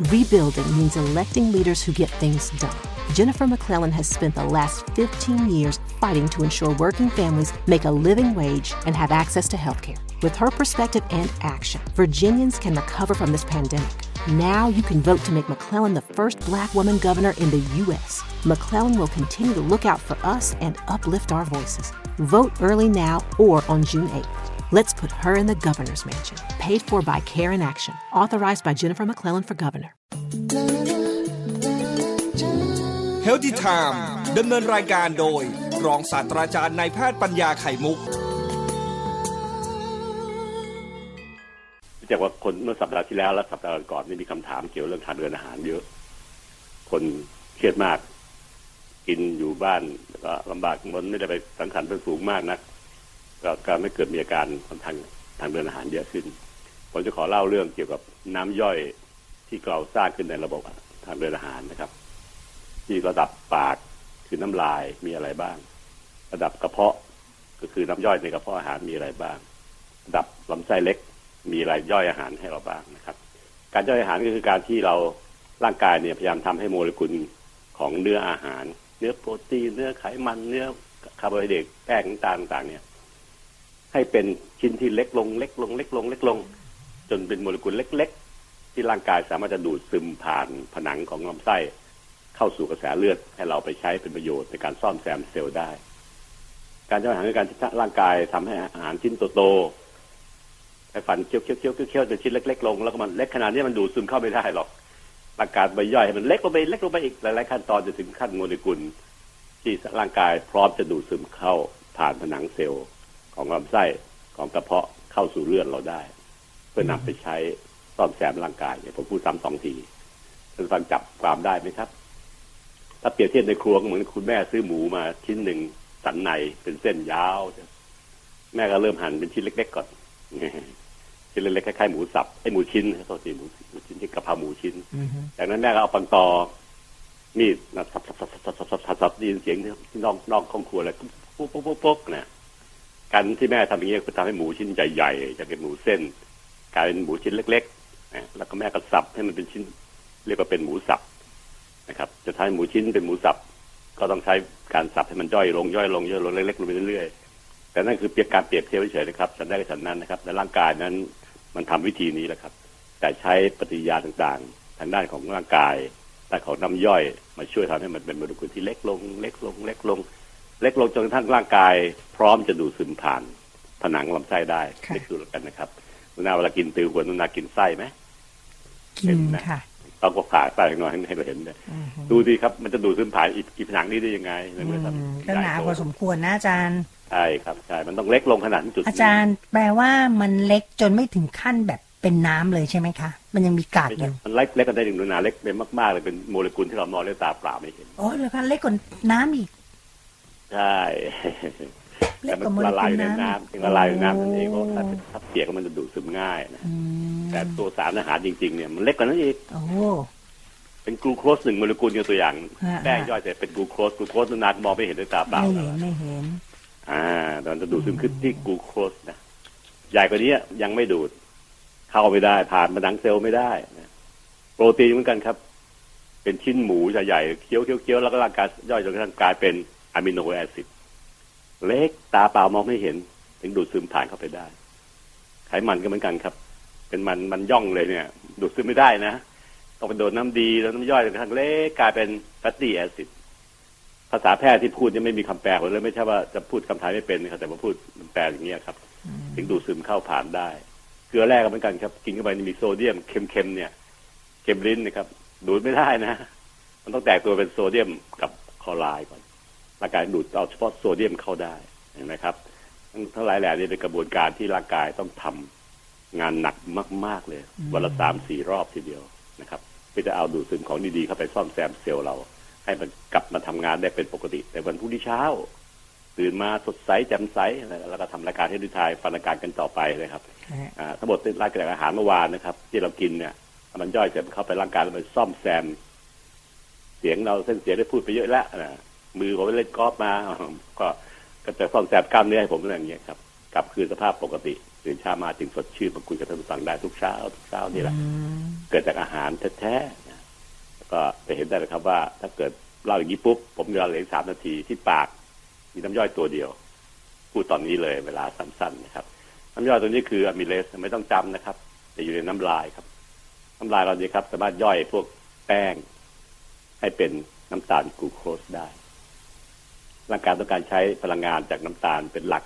Rebuilding means electing leaders who get things done. Jennifer McClellan has spent the last 15 years fighting to ensure working families make a living wage and have access to health care. With her perspective and action, Virginians can recover from this pandemic. Now you can vote to make McClellan the first Black woman governor in the U.S. McClellan will continue to look out for us and uplift our voices. Vote early now or on June 8th. Let's put her in the governor's mansion. Paid for by Care in Action. Authorized by Jennifer McClellan for governor. Healthy Time ดำเนินรายการโดยรองศาสตราจารย์นายแพทย์ปัญญาไข่มุกจากว่าคนเมื่อสัปดาห์ที่แล้วและสัปดาห์ก่อนนี่มีคำถามเกี่ยวเรื่องทางเดินอาหารเยอะคนเครียดมากกินอยู่บ้านก็ลำบากมันไม่ได้ไปสังสรรค์เป็นสูงมากนักก็ไม่เกิดมีอาการทางเดินอาหารเยอะขึ้นผมจะขอเล่าเรื่องเกี่ยวกับน้ำย่อยที่เราสร้างขึ้นในระบบทางเดินอาหารนะครับที่ระดับปากคือน้ำลายมีอะไรบ้างระดับกระเพาะก็คือน้ำย่อยในกระเพาะอาหารมีอะไรบ้างระดับลำไส้เล็กมีอะไรย่อยอาหารให้เราบ้างนะครับการย่อยอาหารก็คือการที่เราร่างกายเนี่ยพยายามทำให้โมเลกุลของเนื้ออาหารเนื้อโปรตีนเนื้อไขมันเนื้อคาร์โบไฮเดรตแป้งต่างๆเนี่ยให้เป็นชิ้นที่เล็กลงจนเป็นโมเลกุลเล็กๆที่ร่างกายสามารถจะดูดซึมผ่านผนังของลำไส้เข้าสู่กระแสเลือดให้เราไปใช้เป็นประโยชน์ในการซ่อมแซมเซลล์ได้การย่อยอาหารคือการที่ร่างกายทำให้อาหารชิ้นโตๆให้ฟันเคี้ยวจนชิ้นเล็กๆลงแล้วก็มันเล็กขนาดนี้มันดูดซึมเข้าไม่ได้หรอกร่างกายไปย่อยให้มันเล็กลงไปอีกหลายๆขั้นตอนจะถึงขั้นโมเลกุลที่ร่างกายพร้อมจะดูดซึมเข้าผ่านผนังเซลล์ของลำไส้ของกระเพาะเข้าสู่เลือดเราได้เพื่อนำไปใช้ซ่อมแซมร่างกายผมพูดซ้ำ2 ทีท่านฟังจับความได้ไหมครับถ้าเปรียบเทียบในครัวเหมือนคุณแม่ซื้อหมูมาชิ้นหนึ่งสันในเป็นเส้นยาวแม่ก็เริ่มหั่นเป็นชิ้นเล็กๆก่อนชิ้นเล็กๆคล้ายๆหมูสับไอ้หมูชิ้นโทษทีหมูชิ้นที่กะเพราหมูชิ้นจากนั้นแม่ก็เอาปังตอมีดสับๆๆๆๆๆได้ยินเสียงที่นอกห้องครัวเลยปุ๊กๆๆนะการที่แม่ทำอย่างนี้ก็ทำให้หมูชิ้นใหญ่ๆจากเป็นหมูเส้นกลายเป็นหมูชิ้นเล็กๆนะแล้วก็แม่ก็สับให้มันเป็นชิ้นเรียกว่าเป็นหมูสับนะครับจะทำให้หมูชิ้นเป็นหมูสับก็ต้องใช้การสับให้มันย่อยลงเล็กๆลงไปเรื่อยๆแต่นั่นคือการเปรียบเทียบเฉยๆนะครับฉันได้กับฉันนั้นนะครับในร่างกายนั้นมันทำวิธีนี้แหละครับแต่ใช้ปฏิกิริยาต่างๆทางด้านของร่างกายแต่ของน้ำย่อยมาช่วยทำให้มันเป็นโมเลกุลที่เล็กลงจนกระทั่งร่างกายพร้อมจะดูดซึมผ่านผนังลำไส้ได้เล็กดูแล้วกันนะครับเวลากินตือควรต้องกินไส้ไหมกินค่ะต้องก็ผ่าไส้หน่อยให้เราเห็นเลยดูดีครับมันจะดูดซึมผ่านอีผนังนี้ได้ยังไงก็หนาพอสมควรนะอาจารย์ใช่ครับใช่มันต้องเล็กลงขนาดจุดอาจารย์แปลว่ามันเล็กจนไม่ถึงขั้นแบบเป็นน้ำเลยใช่ไหมคะมันยังมีกากอยู่มันเล็กกันได้ถึงขนาดเล็กเป็นมากๆเลยเป็นโมเลกุลที่เรามองด้วยตาเปล่าไม่เห็นอ๋อเหรอคะเล็กกว่าน้ำอีกใช่แต่มันละลายในน้ำละลายในน้ำนั่นเองเพราะถ้าเปียกมันจะดูดซึมง่ายนะแต่ตัวสารอาหารจริงๆเนี่ยมันเล็กกว่านั้นอีกเป็นกลูโคส1โมเลกุลตัวอย่างแป้งย่อยแต่เป็นกลูโคสนานมองไม่เห็นด้วยตาเปล่าไม่เห็นตอนจะดูดซึมขึ้นที่กลูโคสนะใหญ่กว่านี้ยังไม่ดูดเข้าไม่ได้ผ่านผนังเซลล์ไม่ได้นะโปรตีนเหมือนกันครับเป็นชิ้นหมูใหญ่ๆเคี้ยวแล้วก็ร่างกายย่อยจนกระทั่งกลายเป็นอะมิโนแอซิดเล็กตาเปล่ามองไม่เห็นถึงดูดซึมผ่านเข้าไปได้ไขมันก็เหมือนกันครับเป็นมันย่องเลยเนี่ยดูดซึมไม่ได้นะต้องไปโดนน้ำดีแล้วน้ำย่อยจนกระทั่งเล็กกลายเป็นแฟตตี้แอซิดภาษาแพทย์ที่พูดยังไม่มีคำแปลเลยไม่ใช่ว่าจะพูดคำไทยไม่เป็นนะครับแต่มาพูดแปลอย่างนี้ครับถึงดูดซึมเข้าผ่านได้เกลือแร่ก็เหมือนกันครับกินเข้าไปมีโซเดียมเค็มเนี่ยเค็มลิ้นนะครับดูดไม่ได้นะมันต้องแตกตัวเป็นโซเดียมกับคลอไรด์ก่อนร่างกายดูดเอาเฉพาะโซเดียมเข้าได้เห็นไหมครับทั้งหลายแหล่นี่เป็นกระบวนการที่ร่างกายต้องทำงานหนักมากๆเลยวันละ 3-4 รอบทีเดียวนะครับเพื่อจะเอาดูดซึมของดีๆเข้าไปซ่อมแซมเซลล์เราให้มันกลับมาทำงานได้เป็นปกติแต่วันพรุ่งนี้เช้าตื่นมาสดใสแจ่มใสแล้วก็ทำรายการให้ดูทายฟังรายการกันต่อไปเลยครับทั้งหมดเป็นรายการอาหารเมื่อวานนะครับที่เรากินเนี่ยมันย่อยจะเข้าไปร่างกายแล้วมันซ่อมแซมเสียงเราเส้นเสียงได้พูดไปเยอะแล้วมือผมไปเล่นกอล์ฟมาก็จะซ่อมแซมกล้ามเนื้อให้ผมอย่างเงี้ยครับกลับคืนสภาพปกติตื่นเช้ามาจึงสดชื่นมาคุยกับท่านผู้ฟังได้ทุกเช้านี่แหละเกิดจากอาหารแท้ๆนะก็จะเห็นได้เลยครับว่าถ้าเกิดเล่าอย่างนี้ปุ๊บผมเวลาเหลือ3 นาทีที่ปากมีน้ำย่อยตัวเดียวพูดตอนนี้เลยเวลาสั้นๆนะครับน้ำย่อยตัวนี้คืออะมิเลสไม่ต้องจำนะครับจะอยู่ในน้ำลายครับน้ำลายเราเนี่ยครับสามารถย่อยพวกแป้งให้เป็นน้ำตาลกลูโคสได้ร่างกายต้องการใช้พลังงานจากน้ำตาลเป็นหลัก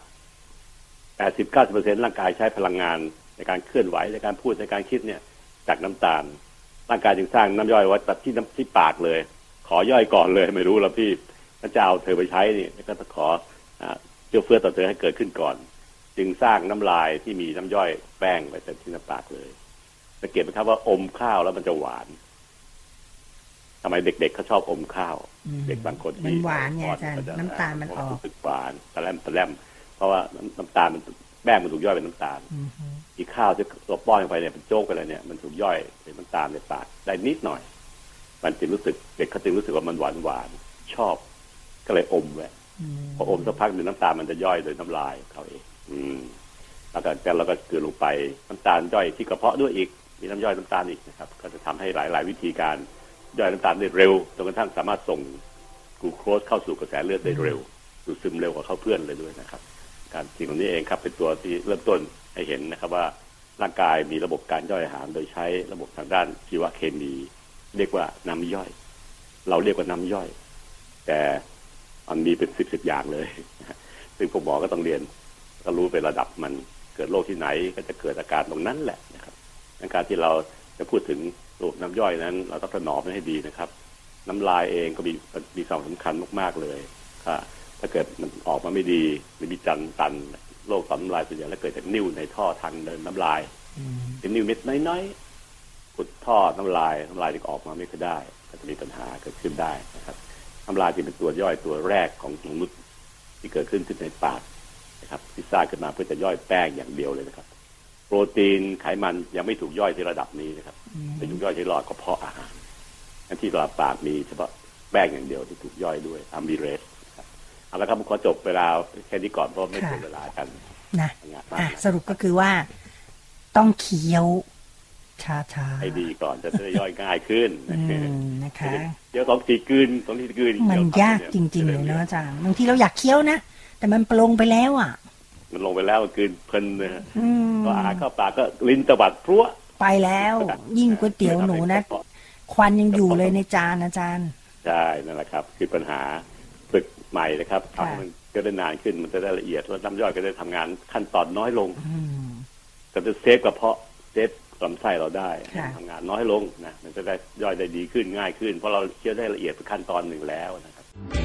80-90% ร่างกายใช้พลังงานในการเคลื่อนไหวในการพูดในการคิดเนี่ยจากน้ำตาลร่างกายจึงสร้างน้ำย่อยไว้ที่ปากเลยขอย่อยก่อนเลยไม่รู้แล้วพี่พระเจ้าเธอไปใช้นี่ก็ต้องขอเจือเฟื้อต่อเธอให้เกิดขึ้นก่อนจึงสร้างน้ำลายที่มีน้ำย่อยแป้งไว้ที่หน้าปากเลยสังเกตไหมครับว่าอมข้าวแล้วมันจะหวานทำไมเด็กๆเขาชอบอมข้าวเด็กบางคนที่มันหวานไงอาจารย์น้ำตาลมันออกรู้สึกหวานตะแลมเพราะว่าน้ำตาลมันแป้งมันถูกย่อยเป็นน้ำตาลอีกข้าวที่เราป้อนเข้าไปเนี่ยเป็นโจ๊กไปเลยเนี่ยมันถูกย่อยเป็นน้ำตาลในปากได้นิดหน่อยมันจึงรู้สึกเด็กเขาจึงรู้สึกว่ามันหวานชอบก็เลยอมไว้พออมสักพักหนึ่งน้ำตาลมันจะย่อยโดยน้ำลายเขาเองแล้วก็เราก็เกลือลงไปน้ำตาลย่อยที่กระเพาะด้วยอีกมีน้ำย่อยน้ำตาลอีกนะครับก็จะทำให้หลายวิธีการย่อยน้ำตาลได้เร็วจนกระทั่งสามารถส่งกลูโคสเข้าสู่กระแสเลือดได้เร็วดูดซึมเร็วกว่าเขาเพื่อนเลยด้วยนะครับการสิ่งเหล่านี้เองครับเป็นตัวที่เริ่มต้นให้เห็นนะครับว่าร่างกายมีระบบการย่อยอาหารโดยใช้ระบบทางด้านชีวเคมีเรียกว่าน้ำย่อยเราเรียกว่าน้ำย่อยแต่มันมีเป็น10อย่างเลยซึ่งพวกหมอก็ต้องเรียนก็รู้เป็นระดับมันเกิดโรคที่ไหนก็จะเกิดอาการตรงนั้นแหละนะครับการที่เราจะพูดถึงโรคน้ำย่อยนั้นเราต้องถนอมมันให้ดีนะครับน้ำลายเองก็มีความสำคัญมากๆเลยถ้าเกิดมันออกมาไม่ดีหรือมีตันโรคต่อมน้ำลายส่วนใหญ่แล้วเกิดจากนิ่วในท่อทางเดินน้ำลายเป็นนิ่วเม็ดน้อยๆขุดท่อน้ำลายจึงออกมาไม่ค่อยได้ก็จะมีปัญหาเกิดขึ้นได้นะครับน้ำลายที่เป็นตัวย่อยตัวแรกของมนุษย์ที่เกิดขึ้นในปากนะครับที่สร้างขึ้นมาเพื่อจะย่อยแป้งอย่างเดียวเลยนะครับโปรตีนไขมันยังไม่ถูกย่อยที่ระดับนี้นะครับจะถูกย่อยที่หลอดกระเพาะอาหารที่ระดับปากมีเฉพาะแป้งอย่างเดียวที่ถูกย่อยด้วยอะมิเลสเอาละครับผมขอจบเวลาแค่นี้ก่อนเพราะไม่เสียเวลากันนะสรุปก็คือว่าต้องเคี้ยวช้าๆให้ดีก่อนจะได้ย่อยง่ายขึ้นนะคะเดี๋ยวของตีกืนมันยากจริงๆเลยเนาะอาจารย์บางทีเราอยากเคี้ยวนะแต่มันปลงไปแล้วอ่ะมันลงไปแล้วมันกืนเพลินเลยก็อาเข้าปากก็ลิ้นตวัดพรั่วไปแล้วยิ่งก๋วยเตี๋ยวหนูนะควันยังอยู่เลยในจานอาจารย์ใช่นั่นแหละครับคือปัญหาฝึกใหม่นะครับทำมันก็ได้นานขึ้นมันจะได้ละเอียดแล้วน้ำย่อยก็ได้ทำงานขั้นตอนน้อยลงก็จะเซฟกระเพาะเซฟลำไส้เราได้ทำงานน้อยลงนะมันจะได้ย่อยได้ดีขึ้นง่ายขึ้นเพราะเราเคี้ยวได้ละเอียดเป็นขั้นตอนหนึ่งแล้วนะครับ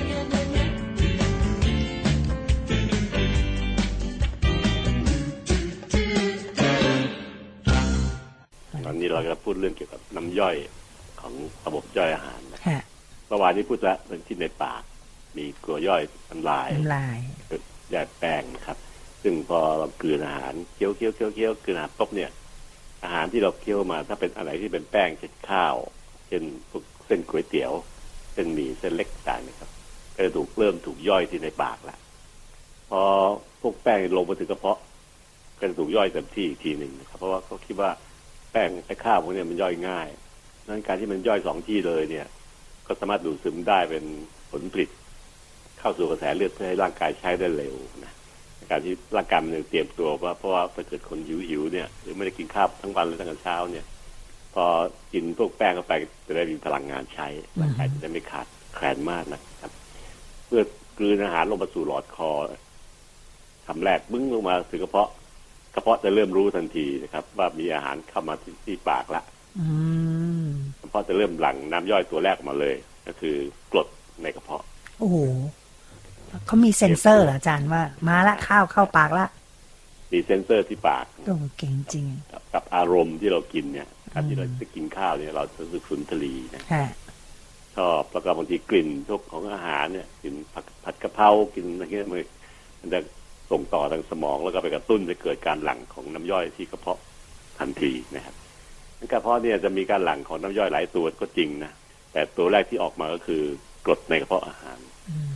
ตอนนี้เราจะพูดเรื่องเกี่ยวกับน้ำย่อยของระบบย่อยอาหารนะเมื่อวานนี้พูดแล้วเรื่องที่ในปากมีตัวย่อยน้ำลายย่อยแป้งนะครับซึ่งพอเรากลืนอาหารเคี้ยวกลืนอาหารปุ๊บเนี่ยอาหารที่เราเคี้ยวมาถ้าเป็นอะไรที่เป็นแป้งเช่นข้าวเช่นเส้นก๋วยเตี๋ยวเส้นหมี่เส้นเล็กต่างนะครับก็จะเริ่มถูกย่อยที่ในปากละพอพวกแป้งลงมาถึงกระเพาะก็จะถูกย่อยเต็มที่อีกทีหนึ่งนะครับเพราะว่าเขาคิดว่าแป้งไอ้ข้าวพวกนี้มันย่อยง่ายนั้นการที่มันย่อย2ที่เลยเนี่ยก็สามารถดูดซึมได้เป็นผลผลิตเข้าสู่กระแสเลือดเพื่อให้ร่างกายใช้ได้เร็วนะการที่ร่างกายมันเตรียมตัวว่าเพราะว่าถ้าเกิดคนหิวเนี่ยหรือไม่ได้กินข้าวทั้งวันเลยตั้งแต่เช้าเนี่ยพอกินพวกแป้งเข้าไปจะได้มีพลังงานใช้ร่างกายจะได้ไม่ขาดแคลนมากนะครับเพื่อกลืนอาหารลงมาสู่หลอดคอทำแรกบึ้งลงมาถึงกระเพาะจะเริ่มรู้ทันทีนะครับว่ามีอาหารเข้ามาที่ปากละกระเพาะจะเริ่มหลั่งน้ำย่อยตัวแรกออกมาเลยก็คือกรดในกระเพาะโอ้โหเขามีเซ็นเซอร์เหรออาจารย์ว่ามาละข้าวเข้าปากละมีเซ็นเซอร์ที่ปากโอ้เก่งจริงกับอารมณ์ที่เรากินเนี่ยการที่เราจะกินข้าวเนี่ยเราจะรู้สึกสุนทรีนะชอบแล้วก็บางทีกลิ่นทุกของอาหารเนี่ยกินผัดกะเพรากินอะไรเงี้ยมันจะส่งต่อทางสมองแล้วก็ไปกระตุ้นให้เกิดการหลั่งของน้ำย่อยที่กระเพาะทันทีนะครับกระเพาะเนี่ยจะมีการหลั่งของน้ำย่อยหลายตัวก็จริงนะแต่ตัวแรกที่ออกมาก็คือกรดในกระเพาะอาหาร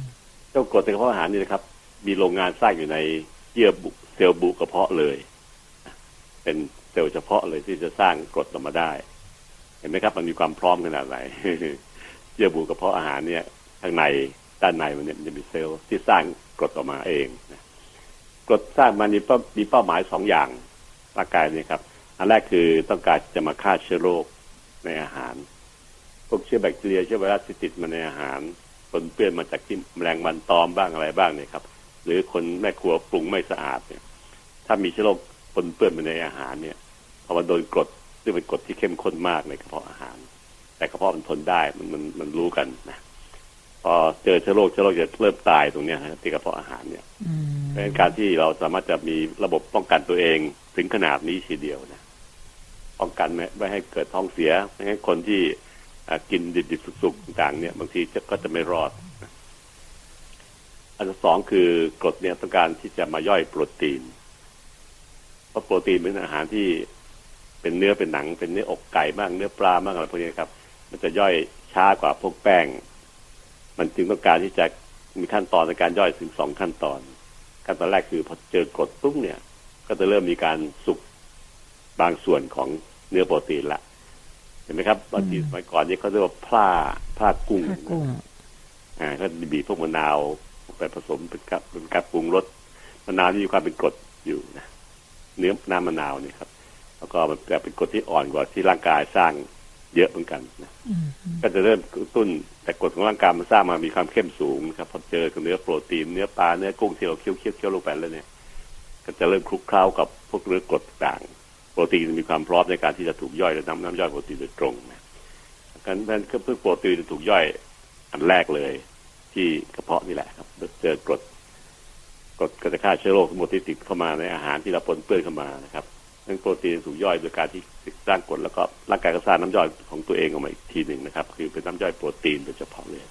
เจ้ากรดในกระเพาะอาหารนี่นะครับมีโรงงานสร้างอยู่ในเยื่อบุเซลล์บุกระเพาะเลยเป็นเซลล์เฉพาะเลยที่จะสร้างกรดออกมาได้เห็นไหมครับมันมีความพร้อมขนาดไหน เยื่อบุกระเพาะอาหารเนี่ยข้างในด้านในมันจะมีเซลล์ที่สร้างกรดออกมาเองนะกรดสร้างมันมีเป้าหมาย2 อย่างร่างกายเนี่ยครับอันแรกคือต้องการจะมาฆ่าเชื้อโรคในอาหารพวกเชื้อแบคทีเรียเชื้อไวรัสที่ติดมาในอาหารปนเปื้อนมาจากที่แมลงวันตอมบ้างอะไรบ้างเนี่ยครับหรือคนแม่ครัวปรุงไม่สะอาดเนี่ยถ้ามีเชื้อโรคปนเปื้อนมาในอาหารเนี่ยพอมันโดนกรดซึ่งเป็นกรดที่เข้มข้นมากในกระเพาะอาหารแต่กระเพาะมันทนได้มันรู้กันนะพอเจอเชื้อโรคจะเริ่มตายตรงนี้นะที่กระเพาะอาหารเนี่ยเป็นการที่เราสามารถจะมีระบบป้องกันตัวเองถึงขนาดนี้ทีเดียวนะป้องกันไม่ให้เกิดท้องเสียไม่ให้คนที่กินดิบๆสุกๆต่างๆเนี่ยบางทีก็จะไม่รอดอันที่สองคือกรดเนี่ยต้องการที่จะมาย่อยโปรตีนเพราะโปรตีนเป็นอาหารที่เป็นเนื้อเป็นหนังเป็นเนื้ออกไก่บ้างเนื้อปลาบ้างอะไรพวกนี้ครับมันจะย่อยช้ากว่าพวกแป้งมันจึงต้องการที่จะมีขั้นตอนในการย่อยถึง2 ขั้นตอนแรกคือพอเจอกรดปุ๊บเนี่ยก็จะเริ่มมีการสุกบางส่วนของเนื้อโปรตีนละเห็นไหมครับบางทีสมัยก่อนนี่เขาเรียกว่าพลากุ้งก็บีบพวกมะนาวไปผสมเป็นกับปรุงรสมะนาวที่มีความเป็นกรดอยู่นะเนื้อน้ำมะนาวนี่ครับแล้วก็มันเป็นกรดที่อ่อนกว่าที่ร่างกายสร้างเยอะเหมือนกันนะก็จะเริ่มกระตุ้นแต่กรดของร่างกายมันสร้างมามีความเข้มสูงนะครับพอเจอกับเนื้อโปรตีนเนื้อปลาเนื้อกุ้งที่เราเคี่ยวลงไปแล้วเนี่ยก็จะเริ่มคลุกเคล้ากับพวกเนื้อกรดต่างโปรตีนมีความพร้อมในการที่จะถูกย่อยและน้ำย่อยโปรตีนโดยตรงนะการนั้นก็เพื่อโปรตีนจะถูกย่อยอันแรกเลยที่กระเพาะนี่แหละครับเจอกรดก็จะฆ่าเชื้อโรคทั้งหมดที่ติดเข้ามาในอาหารที่เราปนเปื้อนเข้ามานะครับนั่นโปรตีนถูกย่อยโดยการที่สร้างกรดแล้วก็ร่างกายก็สร้างน้ำย่อยของตัวเองออกมาอีกทีหนึ่งนะครับคือเป็นน้ำย่อยโปรตีนโดยเฉพาะเลย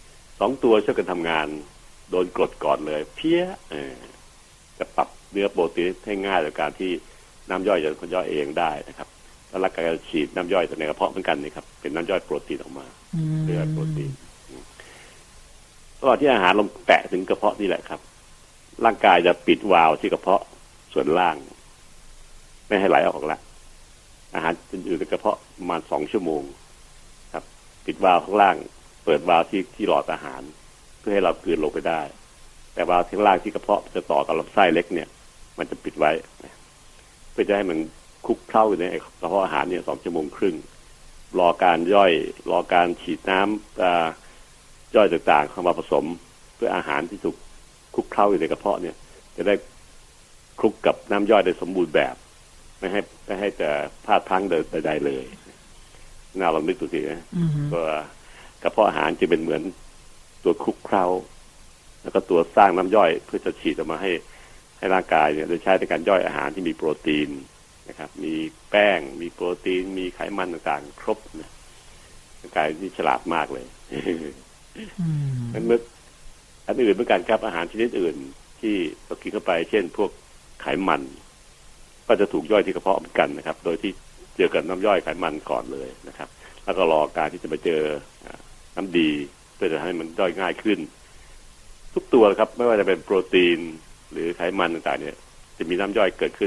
2 ตัวช่วยกันทำงานโดนกรดก่อนเลยเพี้ยจะปรับเนื้อโปรตีนให้ง่ายโดยการที่น้ำย่อยจะย่อยเองได้นะครับแล้วร่างกายจะฉีดน้ำย่อยในกระเพาะเหมือนกันนี่ครับเป็นน้ำย่อยโปรตีนออกมาเนื้อโปรตีนตอนที่อาหารลงแตะถึงกระเพาะนี่แหละครับร่างกายจะปิดวาล์วที่กระเพาะส่วนล่างไม่ให้ไหลออกละอาหารจะอยู่ในกระเพาะประมาณ2 ชั่วโมงครับปิดวาล์วข้างล่างเปิดวาล์วที่หลอดอาหารเพื่อให้เรากลืนลงไปได้แต่วาล์วข้างล่างที่กระเพาะจะต่อกับลำไส้เล็กเนี่ยมันจะปิดไว้เพื่อจะให้มันคลุกเคล้าอยู่ในกระเพาะอาหารเนี่ย2 ชั่วโมงครึ่งรอการย่อยรอการฉีดน้ำย่อยต่างๆเข้ามาผสมเพื่ออาหารที่ถูกคลุกเคล้าอยู่ในกระเพาะเนี่ยจะได้คลุกกับน้ำย่อยได้สมบูรณ์แบบไม่ให้แต่พลาดพลั้งใดๆเลยน่าลองนึกดูสินะตัวกระเพาะอาหารจะเป็นเหมือนตัวคลุกเคล้าแล้วก็ตัวสร้างน้ำย่อยเพื่อจะฉีดออกมาให้ร่างกายเนี่ยโดยใช้ในการย่อยอาหารที่มีโปรตีนนะครับมีแป้งมีโปรตีนมีไขมันต่างๆครบนะร่างกายที่ฉลาดมากเลยอันอื่นเหมือนกันครับอาหารชนิดอื่นที่เรากินเข้าไปเช่นพวกไขมันก็จะถูกย่อยที่กระเพาะเหมือนกันนะครับโดยที่เจอกับน้ำย่อยไขมันก่อนเลยนะครับแล้วก็รอการที่จะไปเจอน้ำดีเพื่อจะให้มันย่อยง่ายขึ้นทุกตัวครับไม่ว่าจะเป็นโปรตีนหรือไขมันต่างๆเนี่ยจะมีน้ำย่อยเกิดขึ้น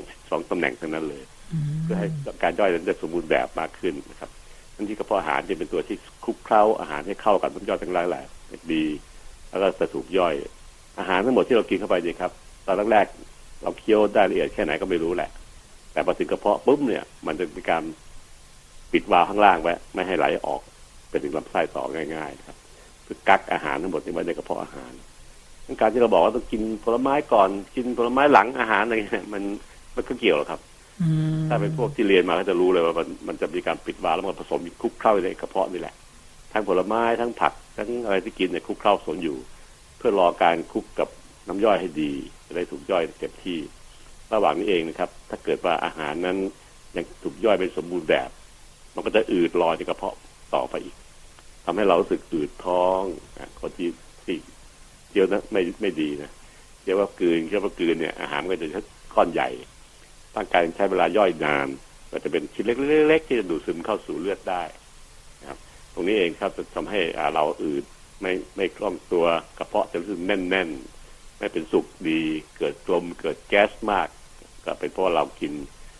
2 ตำแหน่งทั้งนั้นเลยเพื่อให้การย่อยนั้นจะสมบูรณ์แบบมากขึ้นนะครับนั่นที่กระเพาะอาหารจะเป็นตัวที่คลุกเคล้าอาหารให้เข้ากับน้ำย่อยทั้งหลายแหละดีแล้วก็จะถูกย่อยอาหารทั้งหมดที่เรากินเข้าไปเนี่ยครับตอนแรกๆเราเคี้ยวได้ละเอียดแค่ไหนก็ไม่รู้แหละแต่พอถึงกระเพาะปุ๊บเนี่ยมันจะมีการปิดวาล์วข้างล่างไว้ไม่ให้ไหลออกไปถึงลำไส้ต่อง่ายๆครับเพื่อกักอาหารทั้งหมดที่ไว้ในกระเพาะอาหารการที่เราบอกว่าต้องกินผลไม้ก่อนกินผลไม้หลังอาหารอะไรเงี้ยมันก็เกี่ยวหรอครับถ้าเป็นพวกที่เรียนมาก็จะรู้เลยว่ามันจะมีการปิดวาล์วแล้วมันผสมคลุกเคล้าในกระเพาะนี่แหละทั้งผลไม้ทั้งผักทั้งอะไรที่กินเนี่ยคลุกเคล้าผสมอยู่เพื่อรอการคลุกกับน้ำย่อยให้ดีจะได้ถูกย่อยเต็มที่ระหว่างนี้เองนะครับถ้าเกิดว่าอาหารนั้นยังถูกย่อยเป็นสมบูรณ์แบบมันก็จะอืดลอยในกระเพาะต่อไปอีกทำให้เรารู้สึกอืดท้องคนที่เคี้ยวนะไม่ดีนะเคี้ยวว่ากลืนเนี่ยอาหารก็จะก้อนใหญ่ร่างกายใช้เวลาย่อยนานก็จะเป็นชิ้นเล็กๆที่จะดูดซึมเข้าสู่เลือดได้นะครับตรงนี้เองครับจะทำให้เราอืดไม่คล่องตัวกระเพาะจะรู้สึกแน่นๆไม่เป็นสุกดีเกิดกลมเกิดแก๊สมากก็เป็นเพราะเรากิน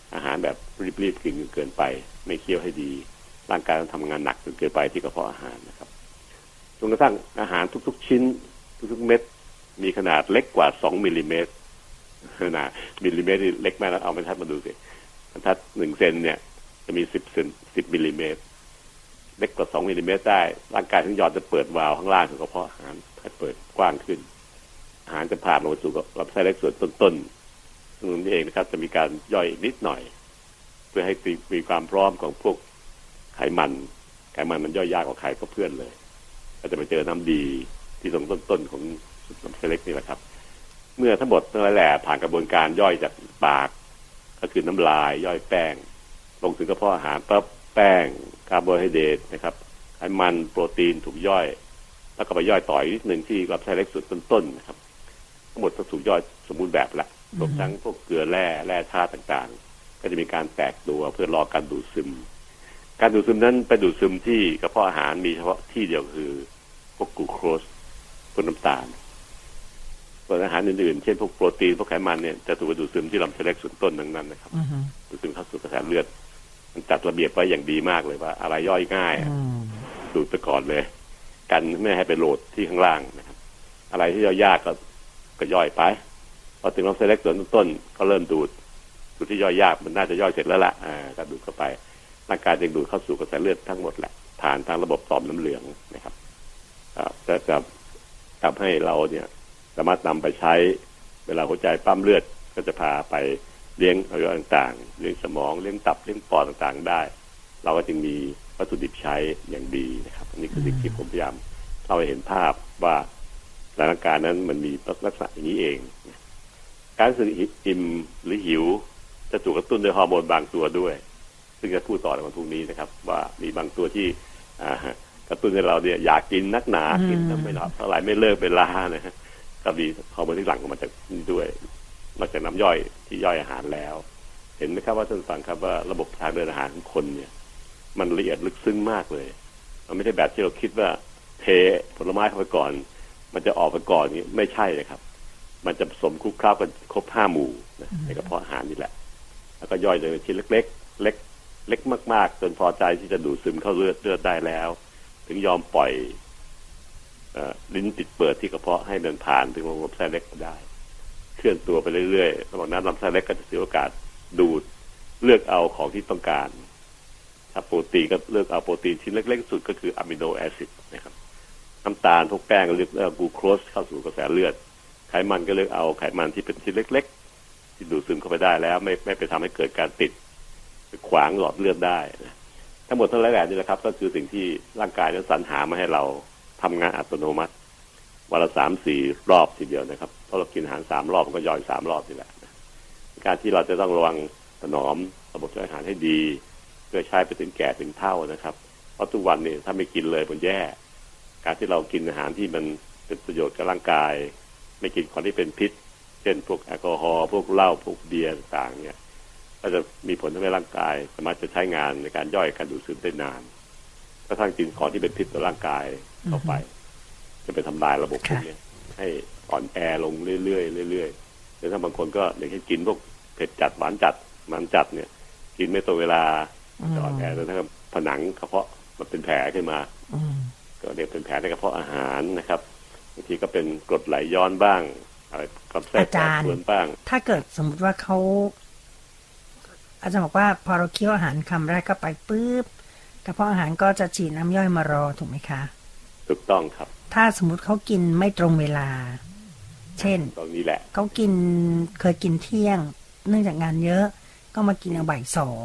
อาหารแบบรีบๆกินเกินไปไม่เคี้ยวให้ดีร่างกายต้องทำงานหนักจนเกินไปที่กระเพาะอาหารนะครับจนกระทั่งอาหารทุกๆชิ้นทุกๆเม็ดมีขนาดเล็กกว่า2มิลลิเมตรนะมิลลิเมตรนี่เล็กมากแล้วเอาบรรทัดมาดูสิบรรทัด1 เซนเนี่ยจะมี10มิลลิเมตรเล็กกว่า2มิลลิเมตรได้ร่างกายถึงยอดจะเปิดวาล์วข้างล่างของกระเพาะอาหารให้เปิดกว้างขึ้นอาหารจะผ่านลงไปสู่ลำไส้เล็กส่วนต้นๆซึ่งนี่เองนะครับจะมีการย่อยนิดหน่อยเพื่อให้มีความพร้อมของพวกไขมันมันย่อยยากกว่าไขก็เพื่อนเลยก็จะไปเจอน้ำดีที่ตรงต้นๆของลำไส้เล็กนี่แหละครับเมื่อทั้งหมดทั้งหลายผ่านกระบวนการย่อยจากปากก็คือน้ำลายย่อยแป้งลงถึงกระเพาะอาหารปั๊บแป้งคาร์โบไฮเดรตนะครับไขมันโปรตีนถูกย่อยแล้วก็ไปย่อยต่ออีกนิดหนึ่งที่ลำไส้เล็กสุดต้นๆนะครับทั้งหมดถูกย่อยสมบูรณ์แบบละรวมทั้งพวกเกลือแร่ธาตุต่างๆก็จะมีการแตกตัวเพื่อรอการดูดซึมนั้นไปดูดซึมที่กระเพาะอาหารมีเฉพาะที่เดียวคือพวกกลูโคสพวกน้ำตาลส่วนอาหารอื่นๆเช่นพวกโปรตีนพวกไขมันเนี่ยจะถูกดูดซึมที่ลำไส้เล็กส่วนต้นทั้งนั้นนะครับดูดซึมเข้าสู่กระแสเลือดมันจัดระเบียบไว้อย่างดีมากเลยว่าอะไรย่อยง่ายดูดไปก่อนเลยกันไม่ให้ไปโหลดที่ข้างล่างนะครับอะไรที่ย่อยยากก็ย่อยไปพอถึงลำไส้เล็กส่วนต้นก็เริ่มดูดที่ย่อยยากมันน่าจะย่อยเสร็จแล้วล่ะก็ดูดเข้าไปร่างกายจึงดูดเข้าสู่กระแสเลือดทั้งหมดแหละผ่านทางระบบต่อมน้ำเหลืองนะครับจะทำให้เราเนี่ยสามารถนำไปใช้เวลาหัวใจปั๊มเลือดก็จะพาไปเลี้ยงอวัยวะต่างๆเลี้ยงสมองเลี้ยงตับเลี้ยงปอดต่างๆได้เราก็จึงมีวัตถุดิบใช้อย่างดีนะครับอันนี้คือสิ่งที่ผมพยายามเล่าให้เห็นภาพว่าสถานการณ์นั้นมันมีลักษณะอย่างนี้เองการรู้สึกอิ่มหรือหิวจะถูกกระตุ้นด้วยฮอร์โมนบางตัวด้วยซึ่งจะพูดต่อในวันพรุ่งนี้นะครับว่ามีบางตัวที่กระตุ้นให้เราเนี่ยอยากกินนักหนากินไม่หลับเท่าไหร่ไม่เลิกเวลานะฮะก็มีฮอร์โมนที่หลั่งออกมาจากนี่ด้วยนอกจากน้ำย่อยที่ย่อยอาหารแล้วเห็นไหมครับว่าท่านฟังครับว่าระบบทางเดินอาหารของคนเนี่ยมันละเอียดลึกซึ้งมากเลยมันไม่ใช่แบบที่เราคิดว่าเทผลไม้เข้าไปก่อนมันจะออกไปก่อนนี้ไม่ใช่เลยครับมันจะผสมคลุกเคล้ากันครบ5 หมู่ในกระเพาะอาหารนี่แหละแล้วก็ย่อยเป็นชิ้นเล็กมากๆจนพอใจที่จะดูดซึมเข้าเลือดได้แล้วถึงยอมปล่อยลิ้นติดเปิดที่กระเพาะให้มันผ่านถึงลำไส้เล็กได้เคลื่อนตัวไปเรื่อยๆระหว่างนั้นลำไส้เล็กก็จะเสียโอกาสดูดเลือกเอาของที่ต้องการถ้าโปรตีนก็เลือกเอาโปรตีนชิ้นเล็กๆสุดก็คืออะมิโนแอซิดนะครับน้ำตาลพวกแป้งก็เลือกเอากลูโคสเข้าสู่กระแสเลือดไขมันก็เลือกเอาไขมันที่เป็นชิ้นเล็กๆที่ดูดซึมเข้าไปได้แล้วไม่ไปทำให้เกิดการติดขวางหลอดเลือดได้นะทั้งหมดทั้งหลายแหล่นี่แหละครับก็คือสิ่งที่ร่างกายนั้นสรรหามาให้เราทำงานอัตโนมัติวันละ 3-4 รอบทีเดียวนะครับเพราะเรากินอาหาร3 รอบมันก็ย่อย3 รอบนี่แหละการที่เราจะต้องระวังถนอมระบบย่อยอาหารให้ดีเพื่อใช้ไปถึงแก่ถึงเฒ่านะครับเพราะทุกวันนี่ถ้าไม่กินเลยมันแย่การที่เรากินอาหารที่มันเป็นประโยชน์กับร่างกายไม่กินของที่เป็นพิษเช่นพวกแอลกอฮอล์พวกเหล้าพวกเบียร์ต่างๆเนี่ยก็จะมีผลทำให้ร่างกายสามารถจะใช้งานในการย่อยการดูดซึมได้นานกระทั่งกินของที่เป็นพิษต่อร่างกายเข้าไปจะไปทำลายระบบพวกนี้ให้อ่อนแอลงเรื่อยๆเรื่อยๆแล้วถ้าบางคนก็อย่างเช่นกินพวกเผ็ดจัดหวานจัดมันจัดเนี่ยกินไม่ตรงเวลาจะอ่อนแอแล้วถ้าผนังกระเพาะมันเป็นแผลขึ้นมาก็เรียกเป็นแผลในกระเพาะอาหารนะครับบางทีก็เป็นกรดไหลย้อนบ้างอะไรกับแทรกส่วนบ้างถ้าเกิดสมมติว่าเขาอาจารย์บอกว่าพอเราเคี้ยวอาหารคำแรกก็ไปปุ๊บกระเพาะอาหารก็จะฉีดน้ำย่อยมารอถูกไหมคะถูกต้องครับถ้าสมมติเขากินไม่ตรงเวลาเช่นตรงนี้แหละเขาเคยกินเที่ยงเนื่องจากงานเยอะก็มากินบ่าย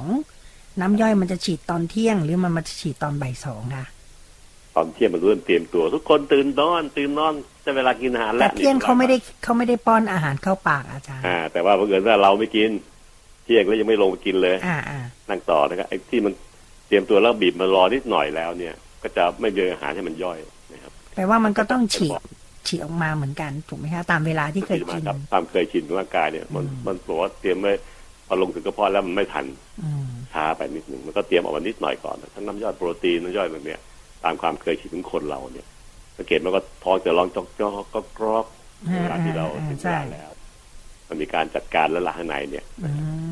2น้ำย่อยมันจะฉีดตอนเที่ยงหรือมันมาฉีดตอนบ่าย 2ค่ะตอนเที่ยงมันเริ่มเตรียมตัวทุกคนตื่นนอนจะเวลากินอาหารแล้วแต่เที่ยงเขาไม่ได้ป้อนอาหารเข้าปากอาจารย์แต่ว่าบังเอิญว่าเราไม่กินเที่ยงแล้วยังไม่ลงไปกินเลยนั่งต่อนะครับไอ้ที่มันเตรียมตัวแล้วบีบมารอนิดหน่อยแล้วเนี่ยก็จะไม่มีอาหารให้มันย่อยนะครับแปลว่ามันก็ต้องฉีดออกมาเหมือนกันถูกไหมคะตามเวลาที่เคยกินความเคยชินของร่างกายเนี่ยมันบอกว่าเตรียมไว้พอลงถึงกระเพาะแล้วมันไม่ทันช้าไปนิดหนึ่งมันก็เตรียมออกมานิดหน่อยก่อนทั้งน้ำย่อยโปรตีนน้ำย่อยแบบเนี้ยตามความเคยชินของคนเราเนี่ยสังเกตมันก็ท้องจะร้องจอกก็กรอบเวลาที่เราถึงเวลาแล้วมันมีการจัดการแล้วล่ะข้างในเนี่ย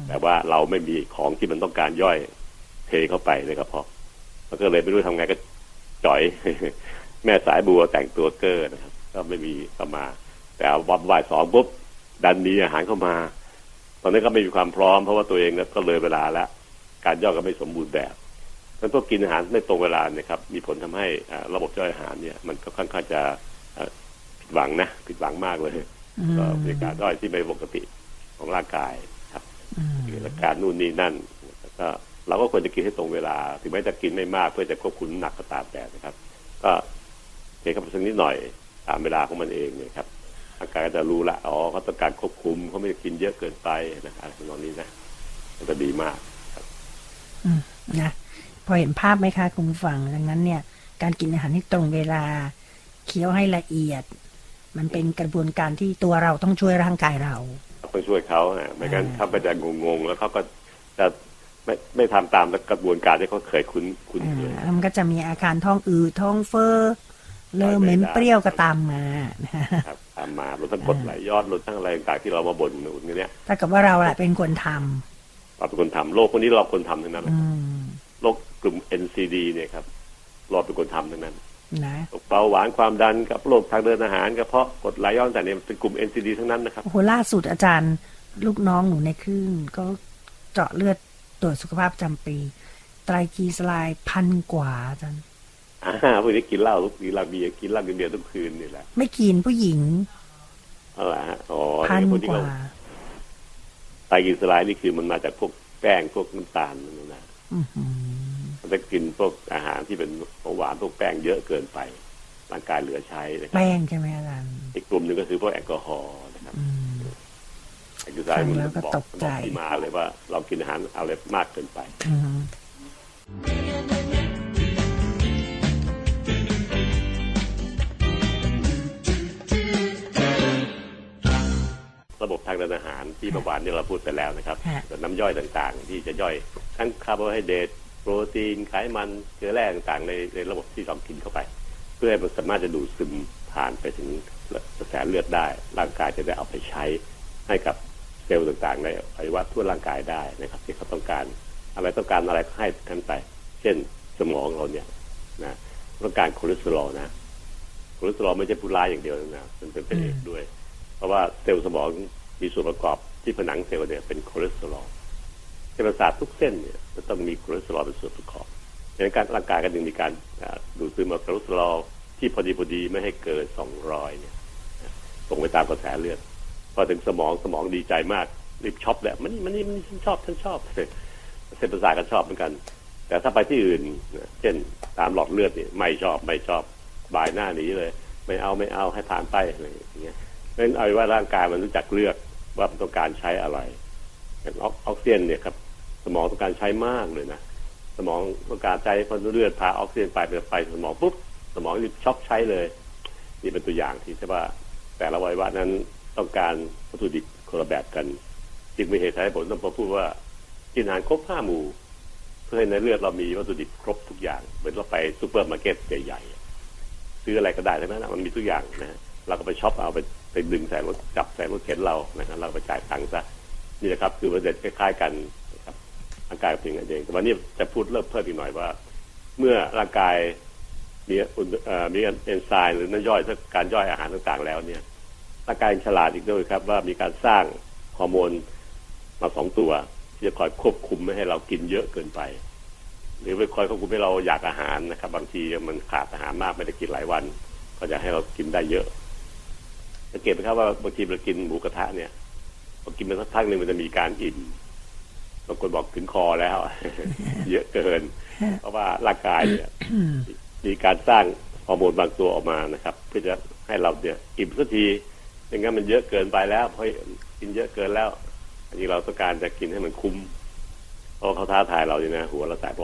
แต่ว่าเราไม่มีของที่มันต้องการย่อยเทเข้าไปในกระเพาะมันก็เลยไม่รู้ทำไงก็จ่อย แม่สายบัวแต่งตัวเกอร์นะครับก็ไม่มีเข้ามาแต่วันบ่ายสองปุ๊บดันมีอาหารเข้ามาตอนนี้ก็ไม่มีความพร้อมเพราะว่าตัวเองก็เลยเวลาแล้วการย่อยก็ไม่สมบูรณ์แบบมันต้องกินอาหารไม่ตรงเวลานะครับมีผลทำให้ระบบย่อยอาหารเนี่ยมันก็ค่อนข้างจะผิดหวังมากเลยก็มีการย่อยที่ไม่ปกติของร่างกายครับอาการนู่นนี่นั่นก็เราก็ควรจะกินให้ตรงเวลาถึงแม้จะกินไม่มากเพื่อจะควบคุมน้ำหนักก็ตามแต่นะครับก็เทเข้าไปสักนิดหน่อยตามเวลาของมันเองเนี่ยครับร่างกายก็จะรู้ละอ๋อเขาต้องการควบคุมเขาไม่ได้กินเยอะเกินไปนะครับตรงนี้นะมันจะดีมากครับนะพอเห็นภาพไหมคะคุณผู้ฟังดังนั้นเนี่ยการกินอาหารที่ตรงเวลาเคี้ยวให้ละเอียดมันเป็นกระบวนการที่ตัวเราต้องช่วยร่างกายเราต้องช่วยเขาไม่งั้นเขาไปจะงงแล้วเขาก็จะไม่ทำตามกระบวนการที่เขาเคยคุ้นเคยมันก็จะมีอาการท้องอืดท้องเฟ้อเริ่มเหม็นเปรี้ยวก็ตามมาครับตามมาลดทั้งกรดไหลย้อนลดทั้งอะไรต่างๆที่เรามาบ่นอุ่นเนี้ยถ้ากับว่าเราแหละเป็นคนทำเราเป็นคนทำโรคพวกนี้เราคนทำทั้งนั้นโรคกลุ่ม NCD เนี่ยครับเราเป็นคนทำทั้งนั้นนะเบาหวานความดันกับโรคทางเดินอาหารกระเพาะกรดไหลย้อนแต่เนี่ยเป็นกลุ่ม NCD ทั้งนั้นนะครับโอ้โหล่าสุดอาจารย์ลูกน้องหนูในคลื่นก็เจาะเลือดตรวจสุขภาพประจำปีไตรกลีเซอไรด์1,000 กว่าอาจารย์พวกนี้กินเหล้าทุกทีเราเบียร์กินเหล้าเบียร์ทุกคืนนี่แหละไม่กินผู้หญิงอะไรฮะอ๋อ 1,000 กว่าไตรกลีเซอไรด์นี่คือมันมาจากพวกแป้งพวกน้ำตาลนั่นนะมันจะกินพวกอาหารที่เป็นของหวานพวกแป้งเยอะเกินไปร่างกายเหลือใช้แป้งใช่ไหมอาจารย์อีกกลุ่มนึงก็คือพวกแอลกอฮอล์นะครับไตรกลีเซอไรด์มันบอกที่มาเลยว่าเรากินอาหารอะไรมากเกินไประบบทางเดินอาหารที่เมื่อวานนี้เราพูดไปแล้วนะครับน้ำย่อยต่างๆที่จะย่อยทั้งคาร์โบไฮเดรตโปรตีนไขมันเชื้อแร่ต่างๆในระบบที่เรากินเข้าไปเพื่อให้มันสามารถจะดูดซึมผ่านไปถึงกระแสเลือดได้ร่างกายจะได้เอาไปใช้ให้กับเซลล์ต่างๆในอวัยวะทั่วร่างกายได้นะครับที่เขาต้องการอะไรให้กันไปเช่นสมองเราเนี่ยนะต้องการคอเลสเตอรอลนะคอเลสเตอรอลไม่ใช่ผู้ร้ายอย่างเดียวนะมันเป็นเอกด้วยเพราะว่าเซลล์สมองมีส่วนประกอบที่ผนังเซลล์เนี่ยเป็นคอเลสเตอรอลเส้นประสาททุกเส้นเนี่ยจะต้องมีคอเลสเตอรอลเป็นส่วนประกอบในการร่างกายก็จึงมีการดูดซึมคอเลสเตอรอลที่พอดีไม่ให้เกิน200เนี่ยส่งไปตามกระแสเลือดพอถึงสมองดีใจมากรีบช็อปแหละมันฉันชอบเส้นประสาทก็ชอบเหมือนกันแต่ถ้าไปที่อื่นเช่นตามหลอดเลือดนี่ไม่ชอบบายหน้าหนีเลยไม่เอาให้ผ่านไปอะไรอย่างเงี้ยเพราะฉะนั้นเอาว่าร่างกายมันรู้จักเลือกว่ามันต้องการใช้อะไรอย่างออกซิเจนเนี่ยครับสมองต้องการใช้มากเลยนะสมองต้องการใช้พอเลือดพาออกซิเจนไปสมองปุ๊บสมองรีบช็อปใช้เลยนี่เป็นตัวอย่างที่ใช่ว่าแต่ละอวัยวะนั้นต้องการวัตถุดิบคนละแบบกันจึงมีเหตุให้ผมต้องพูดว่ากินอาหารครบ5 หมู่เพื่อให้ในเลือดเรามีวัตถุดิบครบทุกอย่างเหมือนเราไปซูเปอร์มาร์เก็ตใหญ่ๆซื้ออะไรก็ได้ทั้งนั้นมันมีทุกอย่างนะเราก็ไปช็อปเอาไปดึงใส่รถจับใส่รถเข็นเรานะครับเราไปจ่ายตังค์ซะนี่แหละครับคือประเด็นคล้ายๆกันนะครับร่างกายเป็นอย่างเองแต่วันนี้จะพูดเริ่มเพิ่มอีกหน่อยว่าเมื่อร่างกายมีเอนไซม์หรือน้ำย่อยการย่อยอาหารต่างๆแล้วเนี่ยร่างกายฉลาดอีกด้วยครับว่ามีการสร้างฮอร์โมนมา2 ตัวที่จะคอยควบคุมไม่ให้เรากินเยอะเกินไปหรือไปคอยควบคุมให้เราอยากอาหารนะครับบางทีมันขาดอาหารมากไม่ได้กินหลายวันก็จะให้เรากินได้เยอะสังเกตไหมครับว่าบางทีเรากินหมูกระทะเนี่ยพอกินไปสักพักนึงมันจะมีการอิ่มบางคนบอกถึงคอแล้ว เยอะเกินเพราะว่าร่างกายเนี่ยมีการสร้างฮอร์โมนบางตัวออกมานะครับเพื่อจะให้เราเนี่ยอิ่มสักทีไม่งั้นมันเยอะเกินไปแล้วเพราะกินเยอะเกินแล้วอันนี้เราต้องการจะกินให้มันคุ้มเพราะเขาท้าทายเราเนี่ยนะหัวเราใส่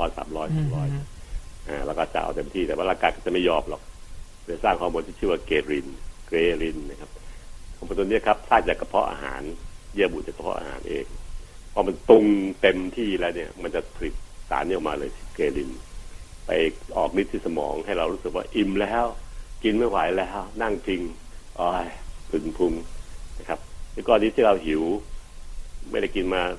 300แล้วก็จะเอาเต็มที่แต่ว่าร่างกายจะไม่ยอมหรอกจะสร้างฮอร์โมนที่ชื่อว่าเกเรลินนะครับฮอร์โมนตัวนี้ครับสร้างจากกระเพาะอาหารเยื่อบุจากกระเพาะอาหารเองพอมันตุงเต็มที่แล้วเนี่ยมันจะผลิตสารนี้ออกมาเลยเกเรลินไปออกฤทธิ์ที่สมองให้เรารู้สึกว่าอิ่มแล้วกินไม่ไหวแล้วนั่งพิงพุงนะครับแล้วก็นี้ที่เราหิวไม่ได้กินมา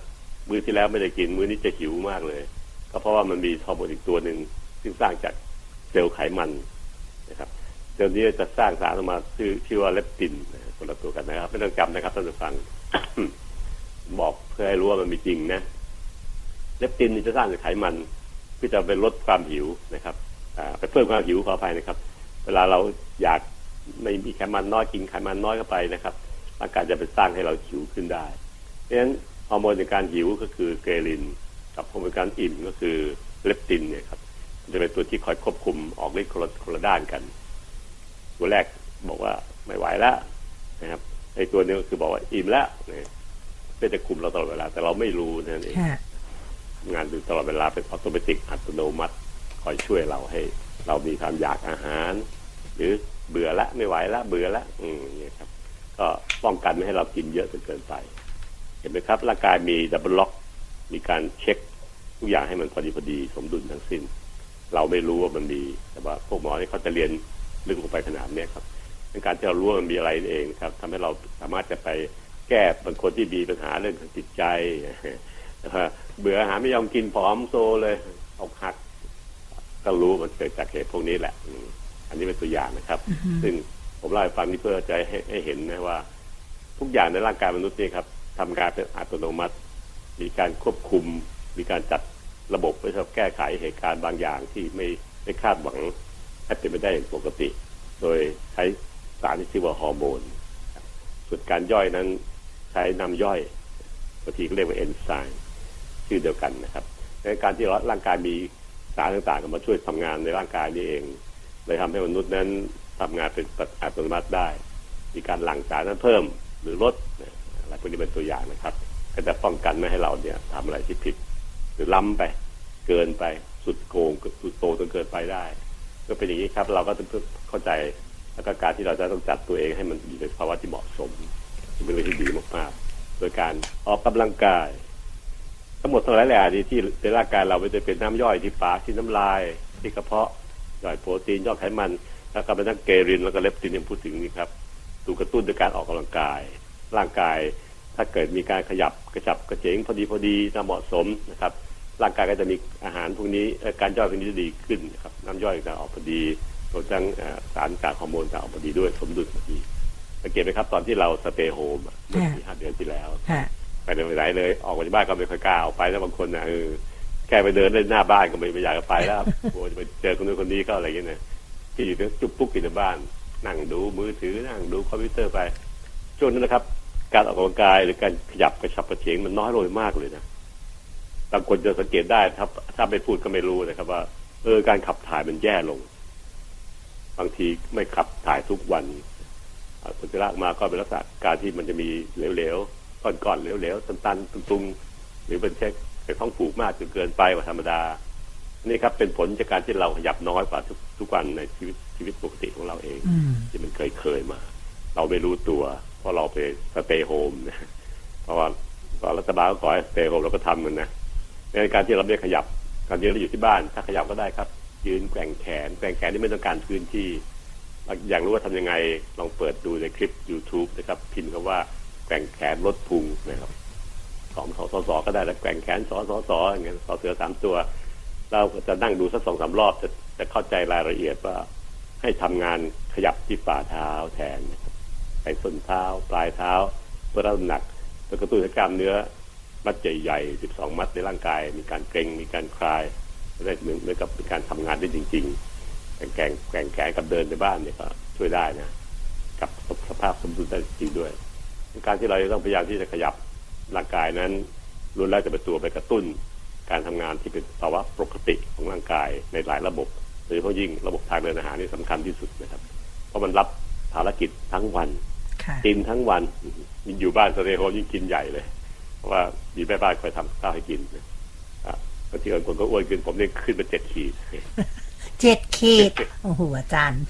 มื้อที่แล้วไม่ได้กินมื้อนี้จะหิวมากเลยก็เพราะว่ามันมีฮอร์โมนอีกตัวหนึ่งซึ่งสร้างจากเซลล์ไขมันนะครับเซลล์นี้จะสร้างสารออกมาชื่อว่าเลปตินคนละตัวกันนะครับไม่ต้องจำนะครับท่านผู้ฟัง บอกเพื่อให้รู้ว่ามันมีจริงนะเลปตินนี่จะสร้างจากไขมันเพื่อจะไปลดความหิวนะครับไปเพิ่มความหิวขออภัยนะครับเวลาเราอยากไม่มีไขมันน้อยกินไขมันน้อยเข้าไปนะครับร่างกายจะไปสร้างให้เราหิวขึ้นได้เพราะฉะนั้นฮอร์โมนในการหิวก็คือเกเรลินกับฮอร์โมนการอิ่มก็คือเลปตินเนี่ยครับจะเป็นตัวที่คอยควบคุมออกฤทธิ์คนละด้านกันตัวแรกบอกว่าไม่ไหวแล้วนะครับไอ้ตัวนึงก็คือบอกว่าอิ่มแล้วเป็นจะคุมเราตลอดเวลาแต่เราไม่รู้นั่นเองงานดูตลอดเวลาเป็นออโตเมติกอัตโนมัติคอยช่วยเราให้เรามีความอยากอาหารหรือเบื่อละไม่ไหวละเบื่อละเนี่ยครับก็ป้องกันไม่ให้เรากินเยอะจนเกินไปเห็นไหมครับร่างกายมีดับเบิลล็อกมีการเช็คทุกอย่างให้มันพอดีสมดุลทั้งสิ้นเราไม่รู้ว่ามันมีแต่ว่าพวกหมอที่เขาจะเรียนลึกลงไปขนาดนี้ครับเป็นการที่เรารู้ว่ามันมีอะไรเองครับทำให้เราสามารถจะไปแก้บางคนที่มีปัญหาเรื่องทางจิตใจเบื่ออาหารไม่ยอมกินผอมโซเลยเอาหักก็รู้มันเกิดจากเหตุพวกนี้แหละอันนี้เป็นตัวอย่างนะครับซึ่งผมเล่าให้ฟังนี่เพื่อจะให้เห็นนะว่าทุกอย่างในร่างกายมนุษย์นี่ครับทำงานเป็นอัตโนมัติมีการควบคุมมีการจัดระบบเพื่อแก้ไขเหตุการณ์บางอย่างที่ไม่คาดหวังให้เป็นไปได้อย่างปกติโดยใช้สารที่ชื่อว่าฮอร์โมนส่วนการย่อยนั้นใช้น้ำย่อยบางทีก็เรียกว่าเอนไซม์ชื่อเดียวกันนะครับในการที่ร่างกายมีสารต่างๆมาช่วยทำงานในร่างกายนี้เองเลยทำให้มนุษย์นั้นทำงานเป็นอัตโนมัติได้มีการหลั่งสารนั้นเพิ่มหรือลดอะไรพวกนี้เป็นตัวอย่างนะครับก็จะป้องกันไม่ให้เราเนี่ยทำอะไรที่ผิดหรือล้ำไปเกินไปสุดโกงสุดโตจนเกินไปได้ก็เป็นอย่างนี้ครับเราก็ต้องเข้าใจแล้วก็การที่เราจะต้องจัดตัวเองให้มันอยู่ในภาวะที่เหมาะสมเป็นเรื่องที่ดีมากๆโดยการออกกำลังกายทั้งหมดทั้งหลายแหล่ที่ในร่างกายเราไม่ได้เป็นน้ำย่อยที่ปากที่น้ำลายที่กระเพาะย่อยโปรตีนย่อยไขมันแล้วก็เป็นทั้งเกเรลินแล้วก็เลปตินที่พูดถึงนี่ครับถูกกระตุ้นด้วยการออกกำลังกายร่างกายถ้าเกิดมีการขยับกระฉับกระเฉงพอดีตามเหมาะสมนะครับร่างกายก็จะมีอาหารพวกนี้การย่อยพวกนี้จะดีขึ้นนะครับน้ำย่อยจะออกพอดีรวมทั้งสารจากฮอร์โมนจะออกพอดีด้วยสมดุลพอดีสังเกตไหมครับตอนที่เราสเตย์โฮมเมื่อ5 เดือนที่แล้วไปไหนเลยออกมาจากบ้านก็ไม่ค่อยกล้าออกไปแล้วบางคนนะแค่ไปเดินเล่นหน้าบ้านก็ไม่อยากจะไปแล้วกลัวจะไปเจอคนนู้นคนนี้ก็อะไรอย่างเงี้ยนะที่อยู่จุ๊บปุ๊กอยู่ในบ้านนั่งดูมือถือนั่งดูคอมพิวเตอร์ไปช่วงนั้นนะครับการออกกำลังกายหรือการขยับกระฉับกระเฉงมันน้อยลงมากเลยนะบางคนจะสังเกตได้ถ้าไม่พูดก็ไม่รู้นะครับว่าการขับถ่ายมันแย่ลงบางทีไม่ขับถ่ายทุกวันอุจจาระมาก็เป็นลักษณะการที่มันจะมีเหลวๆก้อนๆเหลวๆตันๆตุงๆหรือเป็นเช็คเป็นท้องผูกมากจนเกินไปกว่าธรรมดานี่ครับเป็นผลจากการที่เราขยับน้อยกว่าทุกวันในชีวิตปกติของเราเองที่มันเคยมาเราไม่รู้ตัวเพราะเราไปสเตย์โฮมนะเพราะว่าตอนรัฐบาลก็ขอให้สเตย์โฮมเราก็ทำมันนะในการที่เราไม่ขยับการที่เราอยู่ที่บ้านถ้าขยับก็ได้ครับยืนแกว่งแขนที่ไม่ต้องการพื้นที่อยากรู้ว่าทำยังไงลองเปิดดูในคลิป YouTube นะครับพิมพ์คำว่าแกว่งแขนลดพุงนะครับ2 สก็ได้แล้วแกว่งแขนสอย่างเงี้ยเสือ3ตัวเราจะนั่งดูสัก 2-3 รอบจะเข้าใจรายละเอียดว่าให้ทำงานขยับที่ฝ่าเท้าแทนนะครับไปส้นเท้าปลายเท้าเพื่อรับน้ำหนักเพื่อกระตุ้นกล้ามเนื้อมัดใหญ่ๆ12 มัดในร่างกายมีการเกร็งมีการคลายได้เหมือนกับเป็นการทำงานได้จริงๆแกว่งแขนกับเดินในบ้านเนี่ยก็ช่วยได้นะกับสภาพสมดุลได้จริงด้วยการที่เราต้องพยายามที่จะขยับร่างกายนั้นล้วนแล้วจะเป็นตัวไปกระตุ้นการทำงานที่เป็นภาวะปกติของร่างกายในหลายระบบโดยเฉพาะยิ่งระบบทางเดินอาหารนี่สำคัญที่สุดนะครับเพราะมันรับภารกิจทั้งวันกินทั้งวันยิ่งอยู่บ้านสเตย์โฮมยิ่งกินใหญ่เลยเพราะว่ามีแม่บ้านคอยทำข้าวให้กินบางทีคนก็อ้วนขึ้นผมเนี่ยขึ้นมา7 ขีด 7 ขีดโอ้โหอาจารย์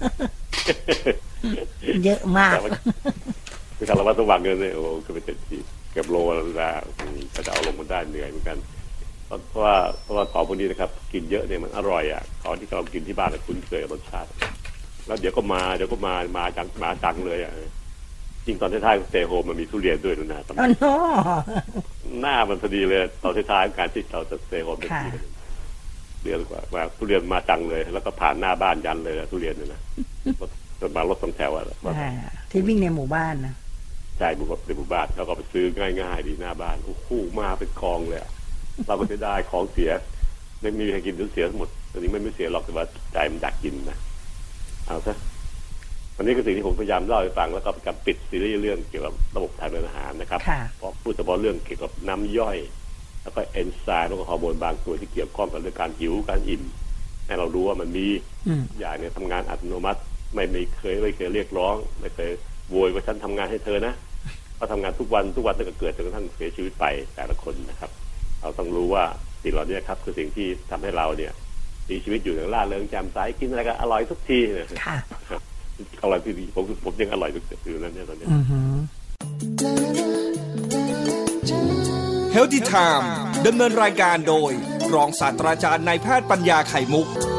เยอะมากคือถ้าเราวัดตัววางเงินเนี่ยโอ้ขึ้นไป7 ขีดเก็บโลละก็จะเอาลงมาได้เหนื่อยเหมือนกันเพราะว่าของพวกนี้นะครับกินเยอะเนี่ยมันอร่อยของที่เรากินที่บ้านคุ้นเคยกับรสชาติแล้วเดี๋ยวก็มาจังเลยจริงตอนท้ายๆสเตย์โฮมมันมีทุเรียนด้วยนะตอนนั้นหน้ามันพอดีเลยตอนท้ายๆการที่เราสเตย์โฮมเป็นที่เดือนกว่าทุเรียนมาจังเลยแล้วก็ผ่านหน้าบ้านยันเลยทุเรียนเนี่ยนะจนมารถสองแถวที่วิ่งในหมู่บ้านนะใช่ในหมู่บ้านแล้วก็ไปซื้อง่ายๆดีหน้าบ้านโอ้โหมาเป็นกองเลยเราก็จะได้ของเสียไม่มีใครกินจนเสียหมดตอนนี้ไม่เสียหรอกแต่ว่าใจมันอยากกินนะเอาซะวันนี้คือสิ่งที่ผมพยายามเล่าให้ฟังแล้วก็พยายามปิดซีรีส์เรื่องเกี่ยวกับระบบทางเดินอาหารนะครับเพราะพูดเฉพาะเรื่องเกี่ยวกับน้ำย่อยแล้วก็เอนไซม์แล้วก็ฮอร์โมนบางตัวที่เกี่ยวข้องกับเรื่องการหิวการอิ่มให้เรารู้ว่ามันมีอย่างเนี่ยทำงานอัตโนมัติไม่เคยเรียกร้องไม่เคยโวยว่าฉันทำงานให้เธอนะก็ทำงานทุกวันตั้งแต่เกิดจนกระทั่งเสียชีวิตไปแต่ละคนนะครับเราต้องรู้ว่าสิ่งเหล่านี้ครับคือสิ่งที่ทำให้เราเนี่ยมีชีวิตอยู่อย่างร่าเริงแจ่มใสกินอะไรก็อร่อยทุกทีนะครับอร่อยที่ผมยังอร่อยทุกทีนั้นเนี่ยตอนนี้ Healthy Time ดำเนินรายการโดยรองศาสตราจารย์นายแพทย์ปัญญาไข่มุก